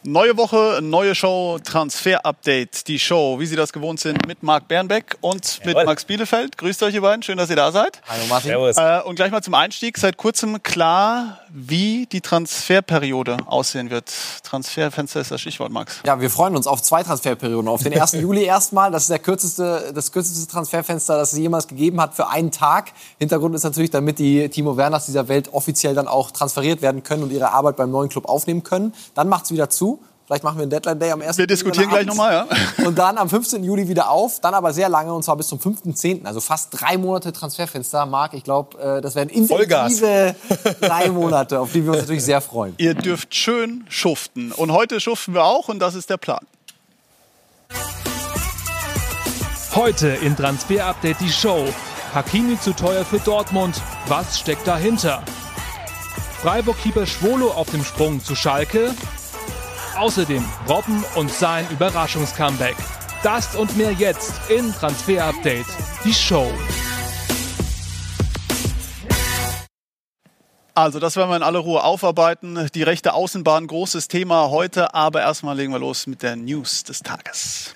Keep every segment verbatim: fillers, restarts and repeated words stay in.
Neue Woche, neue Show, Transfer-Update. Die Show, wie Sie das gewohnt sind, mit Marc Bernbeck und mit Jawohl. Max Bielefeld. Grüßt euch, ihr beiden. Schön, dass ihr da seid. Hallo Martin. Servus. Äh, und gleich mal zum Einstieg. Seit kurzem klar, wie die Transferperiode aussehen wird. Transferfenster ist das Stichwort, Max. Ja, wir freuen uns auf zwei Transferperioden. Auf den ersten Juli erstmal. Das ist der kürzeste, das kürzeste Transferfenster, das es jemals gegeben hat, für einen Tag. Hintergrund ist natürlich, damit die Timo Werners dieser Welt offiziell dann auch transferiert werden können und ihre Arbeit beim neuen Club aufnehmen können. Dann macht es wieder zu. Vielleicht machen wir einen Deadline Day am ersten Wir diskutieren gleich nochmal, ja. Und dann am fünfzehnten Juli wieder auf. Dann aber sehr lange, und zwar bis zum fünften zehnten Also fast drei Monate Transferfenster. Marc, ich glaube, das werden intensive drei Monate, auf die wir uns natürlich sehr freuen. Ihr dürft schön schuften. Und heute schuften wir auch und das ist der Plan. Heute in Transfer Update die Show. Hakimi zu teuer für Dortmund. Was steckt dahinter? Freiburg-Keeper Schwolo auf dem Sprung zu Schalke. Außerdem Robben und sein Überraschungscomeback. Das und mehr jetzt in Transfer Update, die Show. Also, das werden wir in aller Ruhe aufarbeiten. Die rechte Außenbahn, großes Thema heute. Aber erstmal legen wir los mit der News des Tages.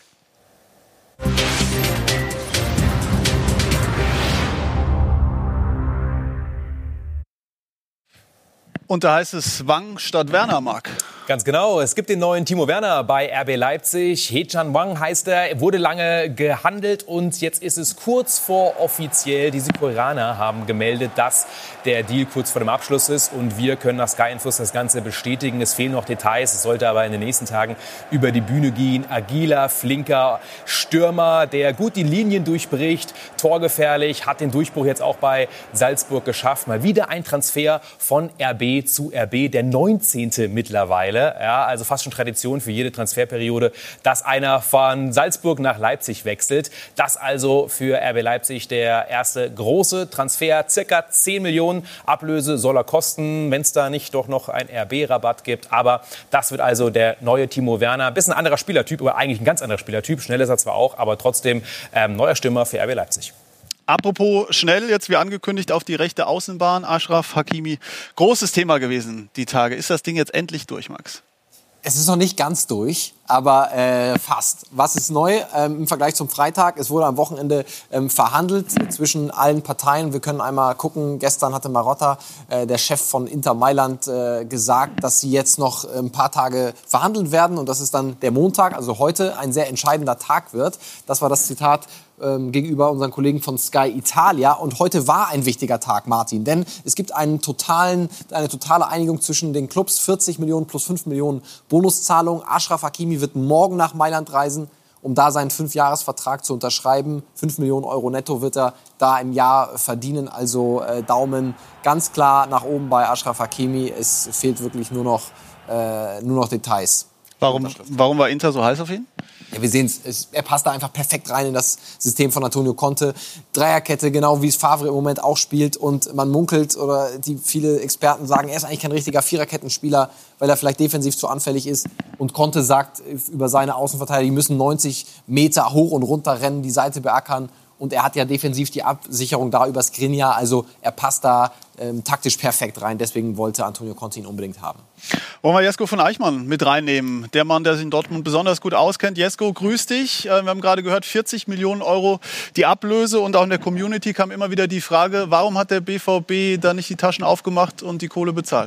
Und da heißt es Wang statt Werner, Marc. Ganz genau. Es gibt den neuen Timo Werner bei R B Leipzig. He-Chan Wang heißt er. Wurde lange gehandelt und jetzt ist es kurz vor offiziell. Die Südkoreaner haben gemeldet, dass der Deal kurz vor dem Abschluss ist. Und wir können nach Sky Infos das Ganze bestätigen. Es fehlen noch Details. Es sollte aber in den nächsten Tagen über die Bühne gehen. Agiler, flinker Stürmer, der gut die Linien durchbricht. Torgefährlich, hat den Durchbruch jetzt auch bei Salzburg geschafft. Mal wieder ein Transfer von R B zu R B. Der neunzehnte mittlerweile. Ja, also fast schon Tradition für jede Transferperiode, dass einer von Salzburg nach Leipzig wechselt. Das also für R B Leipzig der erste große Transfer. Circa zehn Millionen Ablöse soll er kosten, wenn es da nicht doch noch einen R B-Rabatt gibt. Aber das wird also der neue Timo Werner. Ein bisschen anderer Spielertyp, oder eigentlich ein ganz anderer Spielertyp. Schnell ist er zwar auch, aber trotzdem ähm, neuer Stürmer für R B Leipzig. Apropos schnell, jetzt wie angekündigt auf die rechte Außenbahn, Achraf Hakimi. Großes Thema gewesen die Tage. Ist das Ding jetzt endlich durch, Max? Es ist noch nicht ganz durch, aber äh, fast. Was ist neu ähm, im Vergleich zum Freitag? Es wurde am Wochenende ähm, verhandelt zwischen allen Parteien. Wir können einmal gucken. Gestern hatte Marotta, äh, der Chef von Inter Mailand, äh, gesagt, dass sie jetzt noch ein paar Tage verhandeln werden. Und das ist dann der Montag, also heute, ein sehr entscheidender Tag wird. Das war das Zitat ähm, gegenüber unseren Kollegen von Sky Italia. Und heute war ein wichtiger Tag, Martin. Denn es gibt einen totalen, eine totale Einigung zwischen den Clubs. vierzig Millionen plus fünf Millionen Bonuszahlung. Achraf Hakimi wird morgen nach Mailand reisen, um da seinen Fünfjahresvertrag zu unterschreiben. fünf Millionen Euro netto wird er da im Jahr verdienen. Also äh, Daumen ganz klar nach oben bei Achraf Hakimi. Es fehlt wirklich nur noch, äh, nur noch Details. Warum, warum war Inter so heiß auf ihn? Ja, wir sehen es, er passt da einfach perfekt rein in das System von Antonio Conte. Dreierkette, genau wie es Favre im Moment auch spielt. Und man munkelt, oder die viele Experten sagen, er ist eigentlich kein richtiger Viererkettenspieler, weil er vielleicht defensiv zu anfällig ist. Und Conte sagt über seine Außenverteidiger, die müssen neunzig Meter hoch und runter rennen, die Seite beackern. Und er hat ja defensiv die Absicherung da über Skriniar. Also er passt da ähm, taktisch perfekt rein. Deswegen wollte Antonio Conte ihn unbedingt haben. Wollen wir Jesko von Eichmann mit reinnehmen? Der Mann, der sich in Dortmund besonders gut auskennt. Jesko, grüß dich. Wir haben gerade gehört, vierzig Millionen Euro die Ablöse. Und auch in der Community kam immer wieder die Frage, warum hat der B V B da nicht die Taschen aufgemacht und die Kohle bezahlt?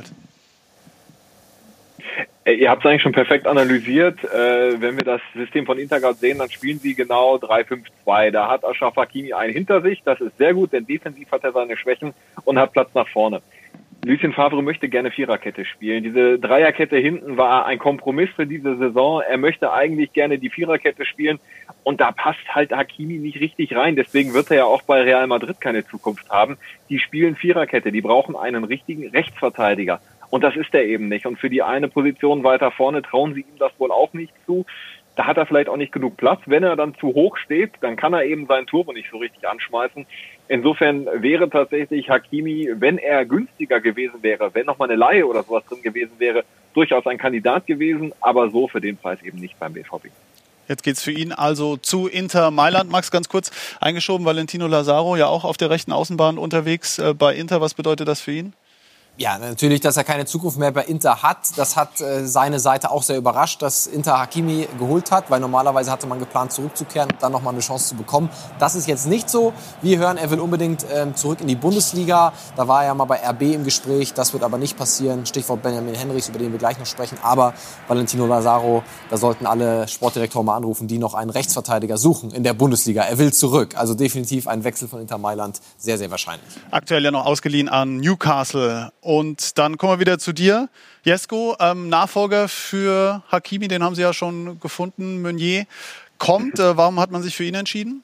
Ihr habt es eigentlich schon perfekt analysiert. Äh, wenn wir das System von Inter gerade sehen, dann spielen sie genau drei fünf zwei. Da hat Achraf Hakimi einen hinter sich. Das ist sehr gut, denn defensiv hat er seine Schwächen und hat Platz nach vorne. Lucien Favre möchte gerne Viererkette spielen. Diese Dreierkette hinten war ein Kompromiss für diese Saison. Er möchte eigentlich gerne die Viererkette spielen. Und da passt halt Hakimi nicht richtig rein. Deswegen wird er ja auch bei Real Madrid keine Zukunft haben. Die spielen Viererkette. Die brauchen einen richtigen Rechtsverteidiger. Und das ist er eben nicht. Und für die eine Position weiter vorne trauen sie ihm das wohl auch nicht zu. Da hat er vielleicht auch nicht genug Platz. Wenn er dann zu hoch steht, dann kann er eben seinen Turbo nicht so richtig anschmeißen. Insofern wäre tatsächlich Hakimi, wenn er günstiger gewesen wäre, wenn nochmal eine Leihe oder sowas drin gewesen wäre, durchaus ein Kandidat gewesen. Aber so für den Preis eben nicht beim B V B. Jetzt geht's für ihn also zu Inter Mailand. Max, ganz kurz eingeschoben, Valentino Lazaro ja auch auf der rechten Außenbahn unterwegs äh, bei Inter. Was bedeutet das für ihn? Ja, natürlich, dass er keine Zukunft mehr bei Inter hat. Das hat äh, seine Seite auch sehr überrascht, dass Inter Hakimi geholt hat, weil normalerweise hatte man geplant, zurückzukehren und dann nochmal eine Chance zu bekommen. Das ist jetzt nicht so. Wir hören, er will unbedingt ähm, zurück in die Bundesliga. Da war er ja mal bei R B im Gespräch. Das wird aber nicht passieren. Stichwort Benjamin Henrichs, über den wir gleich noch sprechen. Aber Valentino Lazaro, da sollten alle Sportdirektoren mal anrufen, die noch einen Rechtsverteidiger suchen in der Bundesliga. Er will zurück. Also definitiv ein Wechsel von Inter Mailand sehr, sehr wahrscheinlich. Aktuell ja noch ausgeliehen an Newcastle. Und dann kommen wir wieder zu dir. Jesko, ähm, Nachfolger für Hakimi, den haben Sie ja schon gefunden. Meunier kommt. Äh, warum hat man sich für ihn entschieden?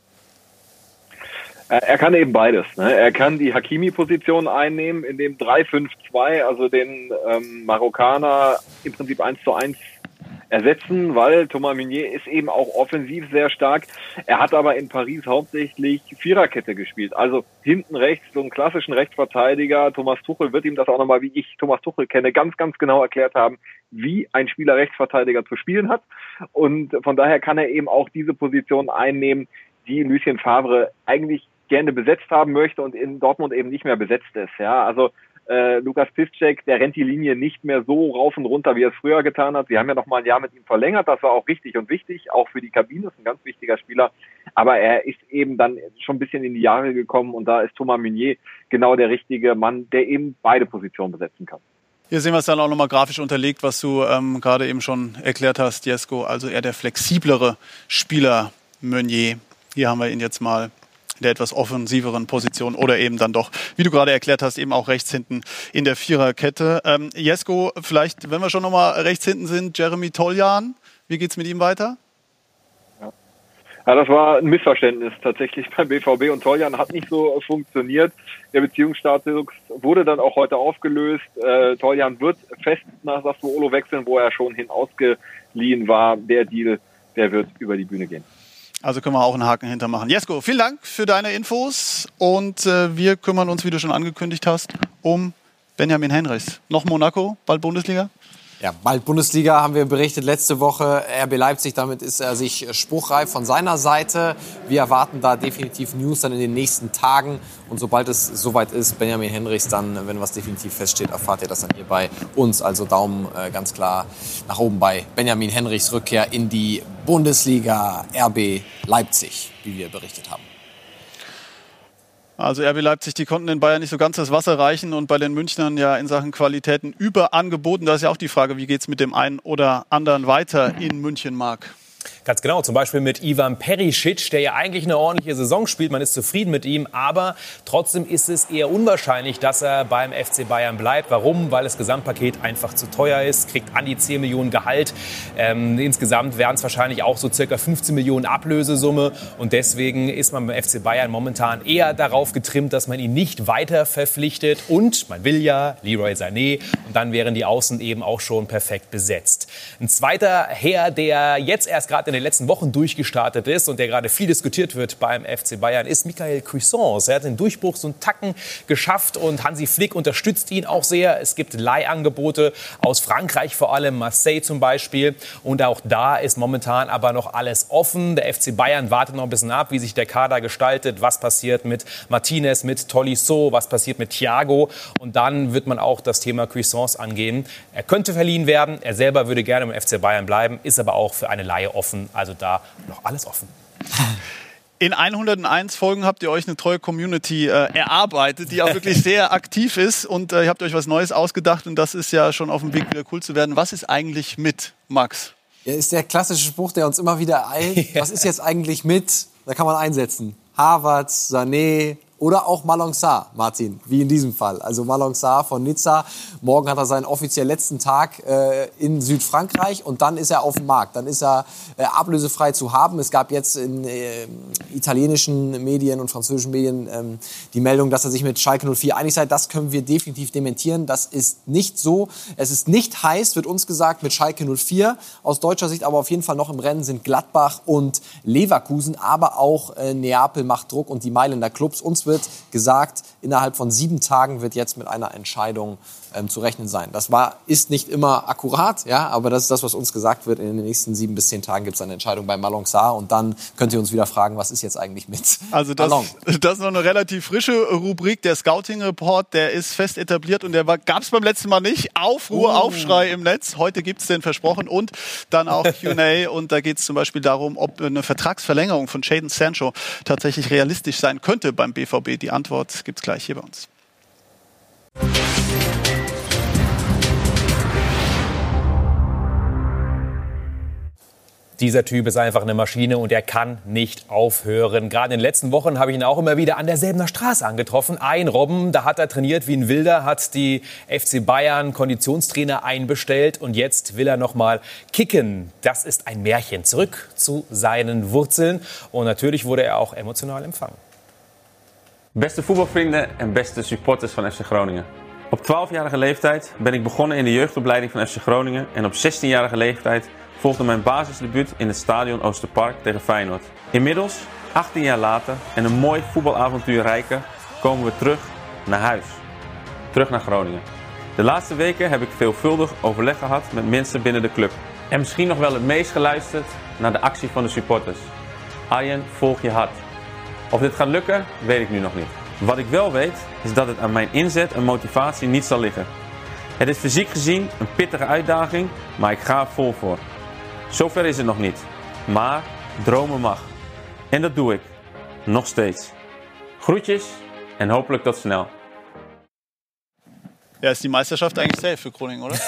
Er kann eben beides. Ne? Er kann die Hakimi-Position einnehmen, in dem drei fünf zwei, also den ähm, Marokkaner im Prinzip eins zu eins ersetzen, weil Thomas Meunier ist eben auch offensiv sehr stark. Er hat aber in Paris hauptsächlich Viererkette gespielt. Also hinten rechts so einen klassischen Rechtsverteidiger. Thomas Tuchel wird ihm das auch nochmal, wie ich Thomas Tuchel kenne, ganz, ganz genau erklärt haben, wie ein Spieler Rechtsverteidiger zu spielen hat. Und von daher kann er eben auch diese Position einnehmen, die Lucien Favre eigentlich gerne besetzt haben möchte und in Dortmund eben nicht mehr besetzt ist. Ja, also Äh, Lukas Piszczek, der rennt die Linie nicht mehr so rauf und runter, wie er es früher getan hat. Sie haben ja noch mal ein Jahr mit ihm verlängert. Das war auch richtig und wichtig, auch für die Kabine. Ist ein ganz wichtiger Spieler. Aber er ist eben dann schon ein bisschen in die Jahre gekommen und da ist Thomas Meunier genau der richtige Mann, der eben beide Positionen besetzen kann. Hier sehen wir es dann auch nochmal grafisch unterlegt, was du ähm, gerade eben schon erklärt hast, Jesko. Also eher der flexiblere Spieler Meunier. Hier haben wir ihn jetzt mal in der etwas offensiveren Position oder eben dann doch, wie du gerade erklärt hast, eben auch rechts hinten in der Viererkette. Ähm, Jesko, vielleicht, wenn wir schon nochmal rechts hinten sind, Jeremy Toljan, wie geht's mit ihm weiter? Ja. ja, das war ein Missverständnis tatsächlich beim B V B und Toljan hat nicht so funktioniert. Der Beziehungsstatus wurde dann auch heute aufgelöst. Äh, Toljan wird fest nach Sassuolo wechseln, wo er schon hin ausgeliehen war. Der Deal, der wird über die Bühne gehen. Also können wir auch einen Haken hintermachen. Jesko, vielen Dank für deine Infos und äh, wir kümmern uns, wie du schon angekündigt hast, um Benjamin Henrichs. Noch Monaco, bald Bundesliga? Ja, bald Bundesliga haben wir berichtet letzte Woche. R B Leipzig, damit ist er sich spruchreif von seiner Seite. Wir erwarten da definitiv News dann in den nächsten Tagen. Und sobald es soweit ist, Benjamin Henrichs, dann, wenn was definitiv feststeht, erfahrt ihr das dann hier bei uns. Also Daumen äh, ganz klar nach oben bei Benjamin Henrichs Rückkehr in die Bundesliga. R B Leipzig, wie wir berichtet haben. Also R B Leipzig, die konnten den Bayern nicht so ganz das Wasser reichen und bei den Münchnern ja in Sachen Qualitäten überangeboten. Da ist ja auch die Frage, wie geht es mit dem einen oder anderen weiter in München, Marc? Ganz genau, zum Beispiel mit Ivan Perisic, der ja eigentlich eine ordentliche Saison spielt. Man ist zufrieden mit ihm, aber trotzdem ist es eher unwahrscheinlich, dass er beim F C Bayern bleibt. Warum? Weil das Gesamtpaket einfach zu teuer ist, kriegt an die zehn Millionen Gehalt. Ähm, insgesamt wären es wahrscheinlich auch so circa fünfzehn Millionen Ablösesumme. Und deswegen ist man beim F C Bayern momentan eher darauf getrimmt, dass man ihn nicht weiter verpflichtet. Und man will ja Leroy Sané. Und dann wären die Außen eben auch schon perfekt besetzt. Ein zweiter Herr, der jetzt erst gerade in den letzten Wochen durchgestartet ist und der gerade viel diskutiert wird beim F C Bayern, ist Michael Cuisance. Er hat den Durchbruch so einen Tacken geschafft und Hansi Flick unterstützt ihn auch sehr. Es gibt Leihangebote aus Frankreich, vor allem Marseille zum Beispiel. Und auch da ist momentan aber noch alles offen. Der F C Bayern wartet noch ein bisschen ab, wie sich der Kader gestaltet, was passiert mit Martinez, mit Tolisso, was passiert mit Thiago. Und dann wird man auch das Thema Cuisance angehen. Er könnte verliehen werden, er selber würde gerne im F C Bayern bleiben, ist aber auch für eine Leihe offen. Also da noch alles offen. In hunderteins Folgen habt ihr euch eine treue Community äh, erarbeitet, die auch wirklich sehr aktiv ist. Und äh, ihr habt euch was Neues ausgedacht und das ist ja schon auf dem Weg, wieder cool zu werden. Was ist eigentlich mit, Max? Ja, ist der klassische Spruch, der uns immer wieder eilt. Was ist jetzt eigentlich mit? Da kann man einsetzen. Havertz, Sané oder auch Malang Sarr, Martin, wie in diesem Fall. Also Malang Sarr von Nizza. Morgen hat er seinen offiziell letzten Tag äh, in Südfrankreich und dann ist er auf dem Markt. Dann ist er äh, ablösefrei zu haben. Es gab jetzt in äh, italienischen Medien und französischen Medien ähm, die Meldung, dass er sich mit Schalke null vier einig sei. Das können wir definitiv dementieren. Das ist nicht so. Es ist nicht heiß, wird uns gesagt, mit Schalke null vier. Aus deutscher Sicht aber auf jeden Fall noch im Rennen sind Gladbach und Leverkusen. Aber auch äh, Neapel macht Druck und die Mailänder Clubs. Uns wird gesagt, innerhalb von sieben Tagen wird jetzt mit einer Entscheidung ähm, zu rechnen sein. Das war, ist nicht immer akkurat, ja, aber das ist das, was uns gesagt wird. In den nächsten sieben bis zehn Tagen gibt es eine Entscheidung bei Malong Sarr und dann könnt ihr uns wieder fragen, was ist jetzt eigentlich mit Also das, Malong? das ist noch eine relativ frische Rubrik. Der Scouting-Report, der ist fest etabliert und der gab es beim letzten Mal nicht. Aufruhr, Uh. Aufschrei im Netz. Heute gibt es den versprochen und dann auch Q und A. Und da geht es zum Beispiel darum, ob eine Vertragsverlängerung von Jadon Sancho tatsächlich realistisch sein könnte beim B V B. Die Antwort gibt es gleich hier bei uns. Dieser Typ ist einfach eine Maschine und er kann nicht aufhören. Gerade in den letzten Wochen habe ich ihn auch immer wieder an derselben Straße angetroffen. Ein Robben, da hat er trainiert wie ein Wilder, hat die F C Bayern Konditionstrainer einbestellt und jetzt will er noch mal kicken. Das ist ein Märchen. Zurück zu seinen Wurzeln und natürlich wurde er auch emotional empfangen. Beste voetbalvrienden en beste supporters van F C Groningen. Op twaalfjarige leeftijd ben ik begonnen in de jeugdopleiding van F C Groningen en op zestienjarige leeftijd volgde mijn basisdebuut in het stadion Oosterpark tegen Feyenoord. Inmiddels, achttien jaar later en een mooi voetbalavontuur rijker, komen we terug naar huis. Terug naar Groningen. De laatste weken heb ik veelvuldig overleg gehad met mensen binnen de club. En misschien nog wel het meest geluisterd naar de actie van de supporters. Arjen, volg je hart. Of dit gaat lukken, weet ik nu nog niet. Wat ik wel weet, is dat het aan mijn inzet en motivatie niet zal liggen. Het is fysiek gezien een pittige uitdaging, maar ik ga er vol voor. Zover is het nog niet, maar dromen mag. En dat doe ik, nog steeds. Groetjes en hopelijk tot snel. Ja, ist die Meisterschaft eigentlich safe für Groningen, oder?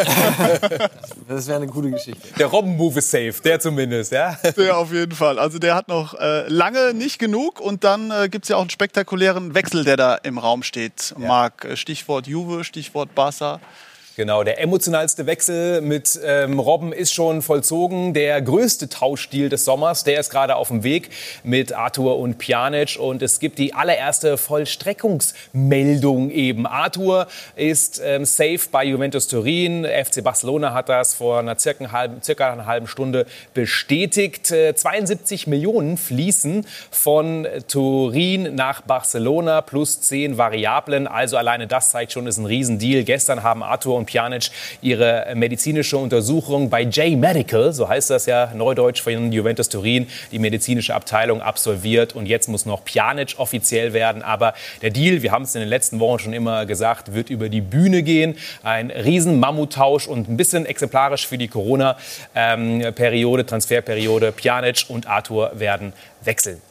Das wäre eine gute Geschichte. Der Robben-Move ist safe, der zumindest, ja? Ja, auf jeden Fall. Also der hat noch äh, lange nicht genug und dann äh, gibt es ja auch einen spektakulären Wechsel, der da im Raum steht. Ja. Marc, Stichwort Juve, Stichwort Barca. Genau, der emotionalste Wechsel mit ähm, Robben ist schon vollzogen. Der größte Tauschdeal des Sommers, der ist gerade auf dem Weg mit Arthur und Pjanic. Und es gibt die allererste Vollstreckungsmeldung eben. Arthur ist ähm, safe bei Juventus Turin. F C Barcelona hat das vor einer circa, einer halben, circa einer halben Stunde bestätigt. Äh, zweiundsiebzig Millionen fließen von Turin nach Barcelona plus zehn Variablen. Also alleine das zeigt schon, ist ein Riesendeal. Gestern haben Arthur und Pjanic ihre medizinische Untersuchung bei J-Medical, so heißt das ja neudeutsch von Juventus Turin, die medizinische Abteilung absolviert. Und jetzt muss noch Pjanic offiziell werden. Aber der Deal, wir haben es in den letzten Wochen schon immer gesagt, wird über die Bühne gehen. Ein riesen Mammuttausch und ein bisschen exemplarisch für die Corona-Periode, Transferperiode. Pjanic und Arthur werden wechseln.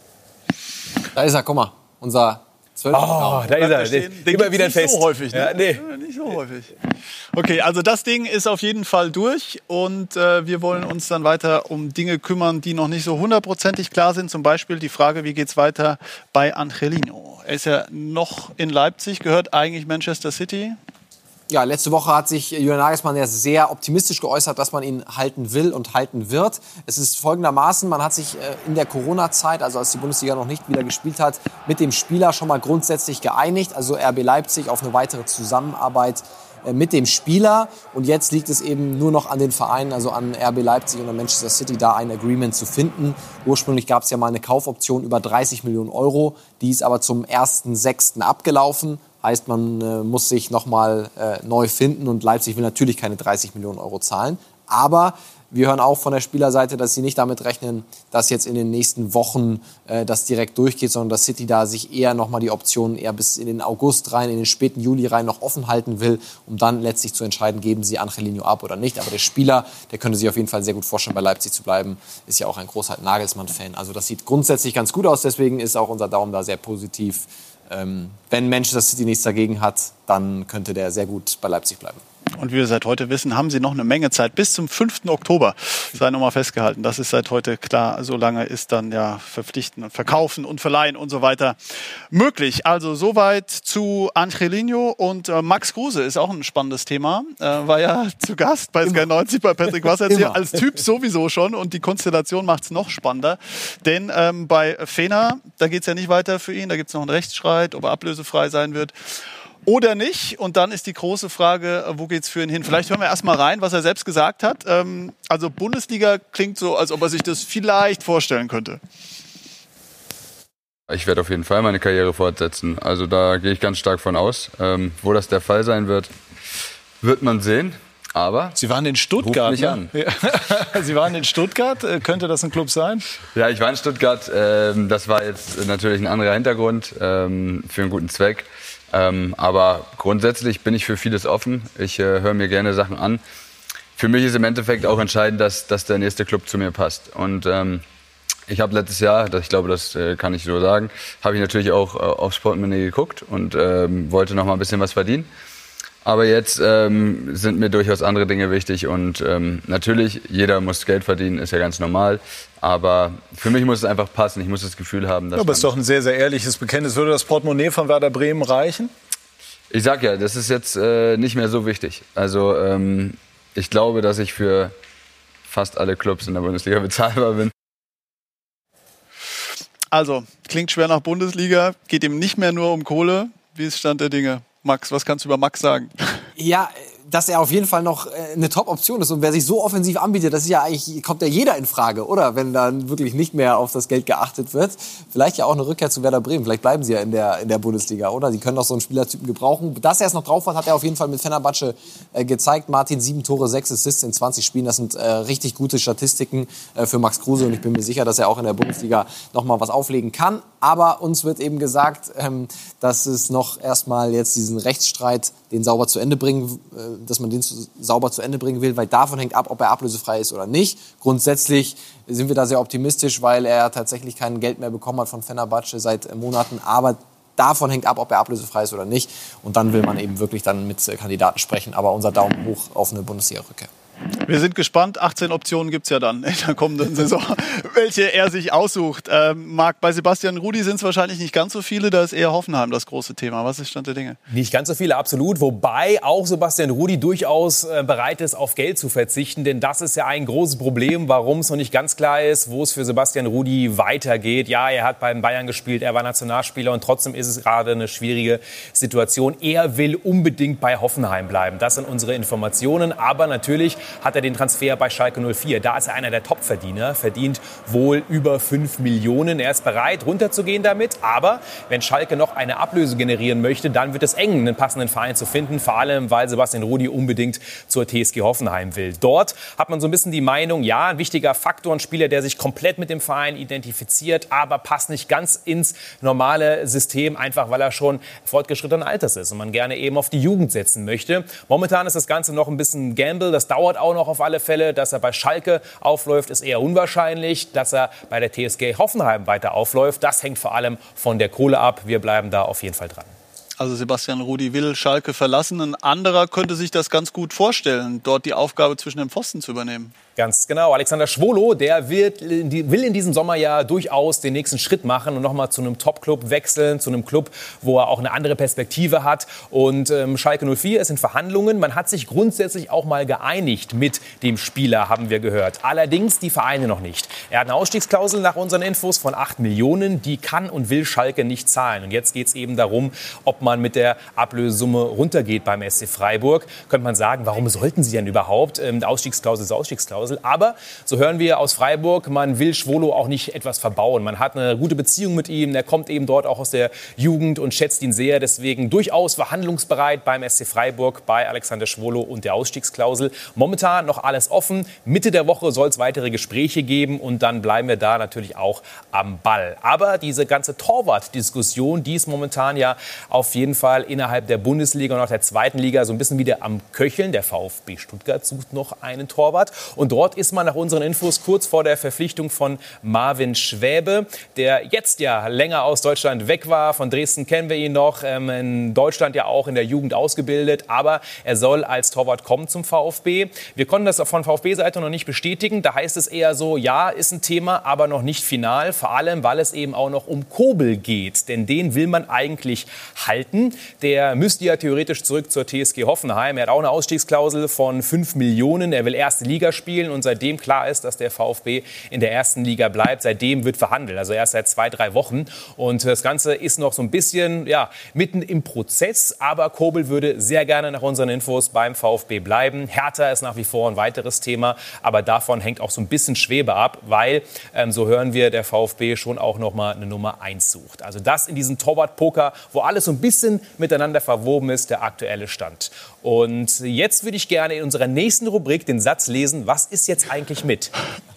Da ist er, guck mal, unser Oh, da ist er. Den immer wieder nicht fest. So häufig, ne? Ja, nee. Ja, nicht so häufig. Okay, also das Ding ist auf jeden Fall durch und äh, wir wollen uns dann weiter um Dinge kümmern, die noch nicht so hundertprozentig klar sind. Zum Beispiel die Frage, wie geht's weiter bei Angelino? Er ist ja noch in Leipzig, gehört eigentlich Manchester City. Ja, letzte Woche hat sich Julian Nagelsmann ja sehr optimistisch geäußert, dass man ihn halten will und halten wird. Es ist folgendermaßen, man hat sich in der Corona-Zeit, also als die Bundesliga noch nicht wieder gespielt hat, mit dem Spieler schon mal grundsätzlich geeinigt. Also R B Leipzig auf eine weitere Zusammenarbeit mit dem Spieler. Und jetzt liegt es eben nur noch an den Vereinen, also an R B Leipzig und an Manchester City, da ein Agreement zu finden. Ursprünglich gab es ja mal eine Kaufoption über dreißig Millionen Euro. Die ist aber zum ersten sechsten abgelaufen. Heißt, man äh, muss sich nochmal äh, neu finden und Leipzig will natürlich keine dreißig Millionen Euro zahlen. Aber wir hören auch von der Spielerseite, dass sie nicht damit rechnen, dass jetzt in den nächsten Wochen äh, das direkt durchgeht, sondern dass City da sich eher nochmal die Optionen eher bis in den August rein, in den späten Juli rein noch offen halten will, um dann letztlich zu entscheiden, geben sie Angelino ab oder nicht. Aber der Spieler, der könnte sich auf jeden Fall sehr gut vorstellen, bei Leipzig zu bleiben, ist ja auch ein großer Nagelsmann-Fan. Also das sieht grundsätzlich ganz gut aus, deswegen ist auch unser Daumen da sehr positiv. Ähm, wenn Manchester City nichts dagegen hat, dann könnte der sehr gut bei Leipzig bleiben. Und wie wir seit heute wissen, haben sie noch eine Menge Zeit. Bis zum fünften Oktober sei nochmal festgehalten. Das ist seit heute klar. So lange ist dann ja verpflichten und verkaufen und verleihen und so weiter möglich. Also soweit zu Angelino. Und äh, Max Kruse ist auch ein spannendes Thema. Äh, war ja zu Gast bei Sky neunzig bei Patrick Wasserzieher. Als Typ sowieso schon. Und die Konstellation macht es noch spannender. Denn ähm, bei Fener, da geht es ja nicht weiter für ihn. Da gibt es noch einen Rechtsstreit, ob er ablösefrei sein wird oder nicht. Und dann ist die große Frage, wo geht's für ihn hin? Vielleicht hören wir erst mal rein, was er selbst gesagt hat. Also Bundesliga klingt so, als ob er sich das vielleicht vorstellen könnte. Ich werde auf jeden Fall meine Karriere fortsetzen. Also da gehe ich ganz stark von aus. Ähm, wo das der Fall sein wird, wird man sehen. Aber Sie waren in Stuttgart. Ruft mich an. Ne? Ja. Sie waren in Stuttgart. Könnte das ein Club sein? Ja, ich war in Stuttgart. Ähm, das war jetzt natürlich ein anderer Hintergrund ähm, für einen guten Zweck. Ähm, aber grundsätzlich bin ich für vieles offen. Ich äh, höre mir gerne Sachen an. Für mich ist im Endeffekt auch entscheidend, dass, dass der nächste Club zu mir passt. Und ähm, ich habe letztes Jahr, ich glaube, das äh, kann ich so sagen, habe ich natürlich auch äh, aufs Portemonnaie geguckt und ähm, wollte noch mal ein bisschen was verdienen. Aber jetzt ähm, sind mir durchaus andere Dinge wichtig und ähm, natürlich, jeder muss Geld verdienen, ist ja ganz normal. Aber für mich muss es einfach passen. Ich muss das Gefühl haben, dass ja, aber es ist doch ein sehr, sehr ehrliches Bekenntnis. Würde das Portemonnaie von Werder Bremen reichen? Ich sag ja, das ist jetzt äh, nicht mehr so wichtig. Also ähm, ich glaube, dass ich für fast alle Clubs in der Bundesliga bezahlbar bin. Also, klingt schwer nach Bundesliga, geht ihm nicht mehr nur um Kohle. Wie ist Stand der Dinge? Max, was kannst du über Max sagen? Ja, dass er auf jeden Fall noch eine Top-Option ist. Und wer sich so offensiv anbietet, das ist ja eigentlich, kommt ja jeder in Frage, oder? Wenn dann wirklich nicht mehr auf das Geld geachtet wird. Vielleicht ja auch eine Rückkehr zu Werder Bremen. Vielleicht bleiben sie ja in der, in der Bundesliga, oder? Sie können doch so einen Spielertypen gebrauchen. Dass er es noch drauf hat, hat er auf jeden Fall mit Fenerbahce äh, gezeigt. Martin, sieben Tore, sechs Assists in zwanzig Spielen. Das sind äh, richtig gute Statistiken äh, für Max Kruse. Und ich bin mir sicher, dass er auch in der Bundesliga noch mal was auflegen kann. Aber uns wird eben gesagt, ähm, dass es noch erstmal jetzt diesen Rechtsstreit, den sauber zu Ende bringen, äh, dass man den zu, sauber zu Ende bringen will, weil davon hängt ab, ob er ablösefrei ist oder nicht. Grundsätzlich sind wir da sehr optimistisch, weil er tatsächlich kein Geld mehr bekommen hat von Fenerbahce seit äh, Monaten. Aber davon hängt ab, ob er ablösefrei ist oder nicht. Und dann will man eben wirklich dann mit äh, Kandidaten sprechen. Aber unser Daumen hoch auf eine Bundesliga-Rückkehr. Wir sind gespannt. achtzehn Optionen gibt es ja dann in der kommenden Saison, welche er sich aussucht. Ähm, Marc, bei Sebastian Rudy sind es wahrscheinlich nicht ganz so viele. Da ist eher Hoffenheim das große Thema. Was ist Stand der Dinge? Nicht ganz so viele, absolut. Wobei auch Sebastian Rudy durchaus äh, bereit ist, auf Geld zu verzichten. Denn das ist ja ein großes Problem, warum es noch nicht ganz klar ist, wo es für Sebastian Rudy weitergeht. Ja, er hat beim Bayern gespielt, er war Nationalspieler und trotzdem ist es gerade eine schwierige Situation. Er will unbedingt bei Hoffenheim bleiben. Das sind unsere Informationen. Aber natürlich hat er den Transfer bei Schalke null vier. Da ist er einer der Topverdiener, verdient wohl über fünf Millionen. Er ist bereit, runterzugehen damit. Aber wenn Schalke noch eine Ablöse generieren möchte, dann wird es eng, einen passenden Verein zu finden. Vor allem, weil Sebastian Rudy unbedingt zur T S G Hoffenheim will. Dort hat man so ein bisschen die Meinung, ja, ein wichtiger Faktor, ein Spieler, der sich komplett mit dem Verein identifiziert, aber passt nicht ganz ins normale System, einfach weil er schon fortgeschrittenen Alters ist und man gerne eben auf die Jugend setzen möchte. Momentan ist das Ganze noch ein bisschen Gamble. Das dauert auch noch auf alle Fälle. Dass er bei Schalke aufläuft, ist eher unwahrscheinlich. Dass er bei der T S G Hoffenheim weiter aufläuft, das hängt vor allem von der Kohle ab. Wir bleiben da auf jeden Fall dran. Also Sebastian Rudy will Schalke verlassen. Ein anderer könnte sich das ganz gut vorstellen, dort die Aufgabe zwischen den Pfosten zu übernehmen. Ganz genau. Alexander Schwolo, der wird, will in diesem Sommer ja durchaus den nächsten Schritt machen und nochmal zu einem Top-Club wechseln, zu einem Club, wo er auch eine andere Perspektive hat. Und ähm, Schalke null vier ist in Verhandlungen. Man hat sich grundsätzlich auch mal geeinigt mit dem Spieler, haben wir gehört. Allerdings die Vereine noch nicht. Er hat eine Ausstiegsklausel nach unseren Infos von acht Millionen. Die kann und will Schalke nicht zahlen. Und jetzt geht es eben darum, ob man mit der Ablösesumme runtergeht beim S C Freiburg. Könnte man sagen, warum sollten sie denn überhaupt? Ähm, Ausstiegsklausel ist Ausstiegsklausel. Aber, so hören wir aus Freiburg, man will Schwolo auch nicht etwas verbauen. Man hat eine gute Beziehung mit ihm. Er kommt eben dort auch aus der Jugend und schätzt ihn sehr. Deswegen durchaus verhandlungsbereit beim S C Freiburg, bei Alexander Schwolo und der Ausstiegsklausel. Momentan noch alles offen. Mitte der Woche soll es weitere Gespräche geben. Und dann bleiben wir da natürlich auch am Ball. Aber diese ganze Torwart-Diskussion, die ist momentan ja auf jeden Fall innerhalb der Bundesliga und auch der zweiten Liga so ein bisschen wieder am Köcheln. Der VfB Stuttgart sucht noch einen Torwart. Und dort ist man nach unseren Infos kurz vor der Verpflichtung von Marvin Schwäbe, der jetzt ja länger aus Deutschland weg war. Von Dresden kennen wir ihn noch, ähm, in Deutschland ja auch in der Jugend ausgebildet. Aber er soll als Torwart kommen zum VfB. Wir konnten das von VfB-Seite noch nicht bestätigen. Da heißt es eher so, ja, ist ein Thema, aber noch nicht final. Vor allem, weil es eben auch noch um Kobel geht. Denn den will man eigentlich halten. halten. Der müsste ja theoretisch zurück zur T S G Hoffenheim. Er hat auch eine Ausstiegsklausel von fünf Millionen. Er will erste Liga spielen und seitdem klar ist, dass der VfB in der ersten Liga bleibt, seitdem wird verhandelt. Also erst seit zwei, drei Wochen. Und das Ganze ist noch so ein bisschen ja, mitten im Prozess. Aber Kobel würde sehr gerne nach unseren Infos beim VfB bleiben. Hertha ist nach wie vor ein weiteres Thema. Aber davon hängt auch so ein bisschen Schwebe ab, weil, ähm, so hören wir, der VfB schon auch noch mal eine Nummer eins sucht. Also das in diesem Torwart-Poker, wo alles so ein bisschen miteinander verwoben ist, der aktuelle Stand. Und jetzt würde ich gerne in unserer nächsten Rubrik den Satz lesen, was ist jetzt eigentlich mit?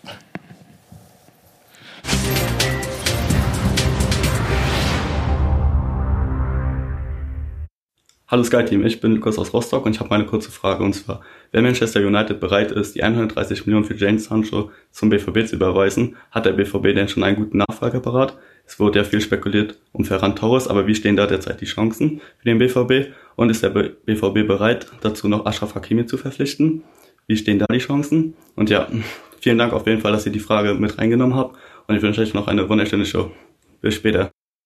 Hallo Sky-Team, ich bin Lukas aus Rostock und ich habe mal eine kurze Frage, und zwar, wenn Manchester United bereit ist, die hundertdreißig Millionen für Jadon Sancho zum B V B zu überweisen, hat der B V B denn schon einen guten Nachfolger parat? Es wurde ja viel spekuliert um Ferran Torres, aber wie stehen da derzeit die Chancen für den B V B? Und ist der B V B bereit, dazu noch Achraf Hakimi zu verpflichten? Wie stehen da die Chancen? Und ja, vielen Dank auf jeden Fall, dass ihr die Frage mit reingenommen habt, und ich wünsche euch noch eine wunderschöne Show. Bis später.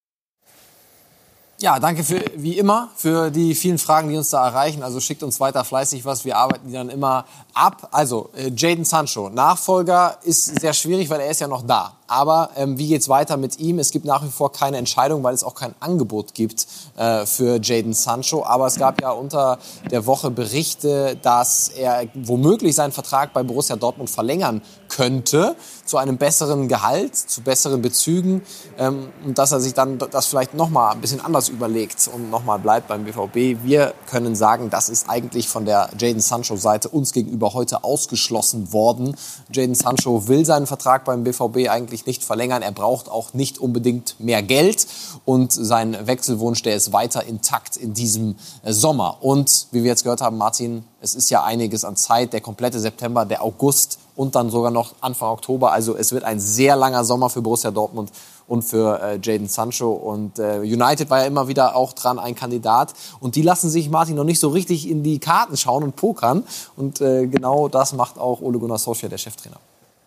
Ja, danke für, wie immer für die vielen Fragen, die uns da erreichen. Also schickt uns weiter fleißig was, wir arbeiten die dann immer ab. Also äh, Jadon Sancho, Nachfolger ist sehr schwierig, weil er ist ja noch da. Aber ähm, wie geht's weiter mit ihm? Es gibt nach wie vor keine Entscheidung, weil es auch kein Angebot gibt äh, für Jadon Sancho. Aber es gab ja unter der Woche Berichte, dass er womöglich seinen Vertrag bei Borussia Dortmund verlängern könnte zu einem besseren Gehalt, zu besseren Bezügen, ähm, und dass er sich dann das vielleicht noch mal ein bisschen anders überlegt und noch mal bleibt beim B V B. Wir können sagen, das ist eigentlich von der Jadon Sancho-Seite uns gegenüber heute ausgeschlossen worden. Jadon Sancho will seinen Vertrag beim B V B eigentlich nicht verlängern. Er braucht auch nicht unbedingt mehr Geld und sein Wechselwunsch, der ist weiter intakt in diesem Sommer. Und wie wir jetzt gehört haben, Martin, es ist ja einiges an Zeit, der komplette September, der August und dann sogar noch Anfang Oktober. Also es wird ein sehr langer Sommer für Borussia Dortmund und für äh, Jadon Sancho. Und äh, United war ja immer wieder auch dran, ein Kandidat. Und die lassen sich, Martin, noch nicht so richtig in die Karten schauen und pokern. Und äh, genau das macht auch Ole Gunnar Solskjaer, der Cheftrainer.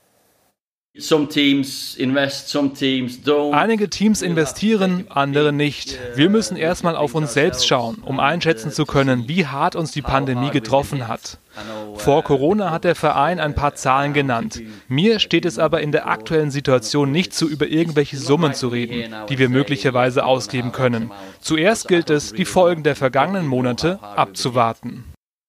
Einige Teams investieren, andere nicht. Wir müssen erstmal auf uns selbst schauen, um einschätzen zu können, wie hart uns die Pandemie getroffen hat. Vor Corona hat der Verein ein paar Zahlen genannt. Mir steht es aber in der aktuellen Situation nicht zu, über irgendwelche Summen zu reden, die wir möglicherweise ausgeben können. Zuerst gilt es, die Folgen der vergangenen Monate abzuwarten.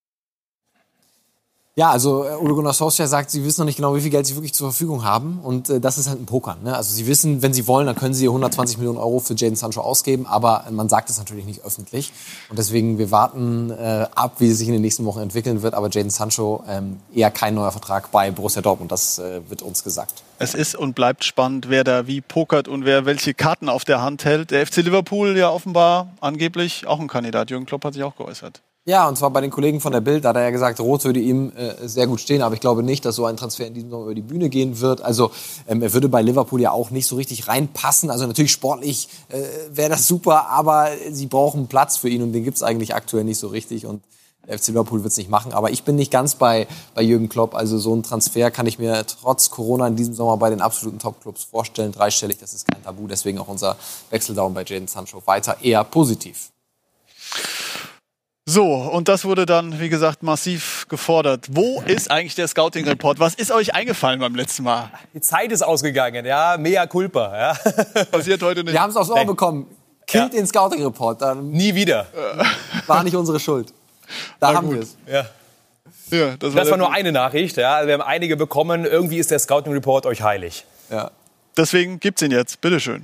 Ja, also äh, Ole Gunnar Solskjaer sagt, sie wissen noch nicht genau, wie viel Geld sie wirklich zur Verfügung haben. Und äh, das ist halt ein Pokern. Ne? Also sie wissen, wenn sie wollen, dann können sie hundertzwanzig Millionen Euro für Jadon Sancho ausgeben. Aber man sagt es natürlich nicht öffentlich. Und deswegen, wir warten äh, ab, wie es sich in den nächsten Wochen entwickeln wird. Aber Jadon Sancho, ähm, eher kein neuer Vertrag bei Borussia Dortmund. Das äh, wird uns gesagt. Es ist und bleibt spannend, wer da wie pokert und wer welche Karten auf der Hand hält. Der F C Liverpool ja offenbar angeblich auch ein Kandidat. Jürgen Klopp hat sich auch geäußert. Ja, und zwar bei den Kollegen von der Bild, da hat er ja gesagt, Rot würde ihm äh, sehr gut stehen, aber ich glaube nicht, dass so ein Transfer in diesem Sommer über die Bühne gehen wird. Also ähm, er würde bei Liverpool ja auch nicht so richtig reinpassen. Also natürlich sportlich äh, wäre das super, aber sie brauchen Platz für ihn und den gibt's eigentlich aktuell nicht so richtig. Und der F C Liverpool wird's nicht machen. Aber ich bin nicht ganz bei, bei Jürgen Klopp. Also so ein Transfer kann ich mir trotz Corona in diesem Sommer bei den absoluten Top-Clubs vorstellen. Dreistellig, das ist kein Tabu. Deswegen auch unser Wechseldaumen bei Jadon Sancho weiter eher positiv. So, und das wurde dann, wie gesagt, massiv gefordert. Wo ist eigentlich der Scouting-Report? Was ist euch eingefallen beim letzten Mal? Die Zeit ist ausgegangen, ja, mea culpa. Ja. Passiert heute nicht. Wir haben es aufs Ohr bekommen. Killt ja. den Scouting-Report. Dann nie wieder. War nicht unsere Schuld. Da Na haben gut. wir es. Ja. Ja, das war, das war nur eine Nachricht. Ja. Wir haben einige bekommen. Irgendwie ist der Scouting-Report euch heilig. Ja. Deswegen gibt's ihn jetzt. Bitteschön.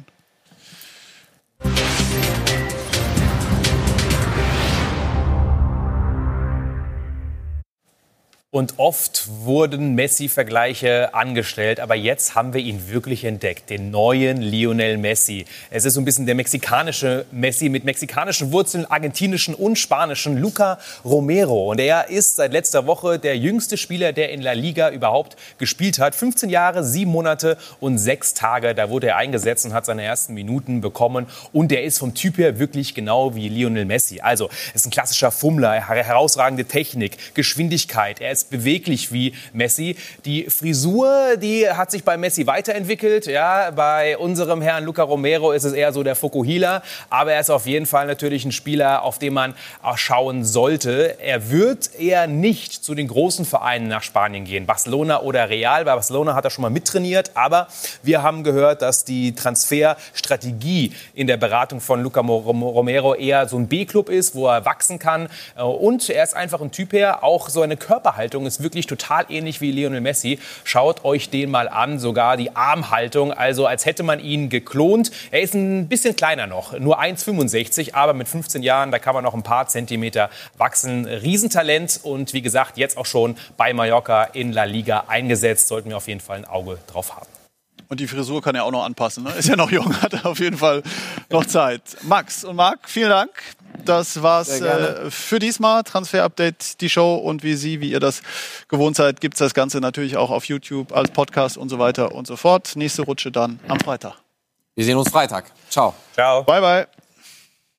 Und oft wurden Messi-Vergleiche angestellt, aber jetzt haben wir ihn wirklich entdeckt, den neuen Lionel Messi. Es ist so ein bisschen der mexikanische Messi mit mexikanischen Wurzeln, argentinischen und spanischen, Luca Romero. Und er ist seit letzter Woche der jüngste Spieler, der in La Liga überhaupt gespielt hat. fünfzehn Jahre, sieben Monate und sechs Tage. Da wurde er eingesetzt und hat seine ersten Minuten bekommen. Und er ist vom Typ her wirklich genau wie Lionel Messi. Also, er ist ein klassischer Fummler, herausragende Technik, Geschwindigkeit. Er ist ist beweglich wie Messi. Die Frisur, die hat sich bei Messi weiterentwickelt. Ja, bei unserem Herrn Luca Romero ist es eher so der Fukuhila. Aber er ist auf jeden Fall natürlich ein Spieler, auf den man auch schauen sollte. Er wird eher nicht zu den großen Vereinen nach Spanien gehen. Barcelona oder Real. Bei Barcelona hat er schon mal mittrainiert. Aber wir haben gehört, dass die Transferstrategie in der Beratung von Luca Romero eher so ein B-Club ist, wo er wachsen kann. Und er ist einfach ein Typ her. Auch so eine Körperhaltung ist wirklich total ähnlich wie Lionel Messi. Schaut euch den mal an. Sogar die Armhaltung. Also als hätte man ihn geklont. Er ist ein bisschen kleiner noch. Nur eins Komma fünfundsechzig. Aber mit fünfzehn Jahren, da kann man noch ein paar Zentimeter wachsen. Riesentalent. Und wie gesagt, jetzt auch schon bei Mallorca in La Liga eingesetzt. Sollten wir auf jeden Fall ein Auge drauf haben. Und die Frisur kann er auch noch anpassen. Ne? Ist ja noch jung, hat auf jeden Fall noch Zeit. Max und Marc, vielen Dank. Das war's äh, für diesmal. Transfer-Update, die Show. Und wie Sie, wie ihr das gewohnt seid, gibt's das Ganze natürlich auch auf YouTube als Podcast und so weiter und so fort. Nächste Rutsche dann am Freitag. Wir sehen uns Freitag. Ciao. Ciao. Bye, bye.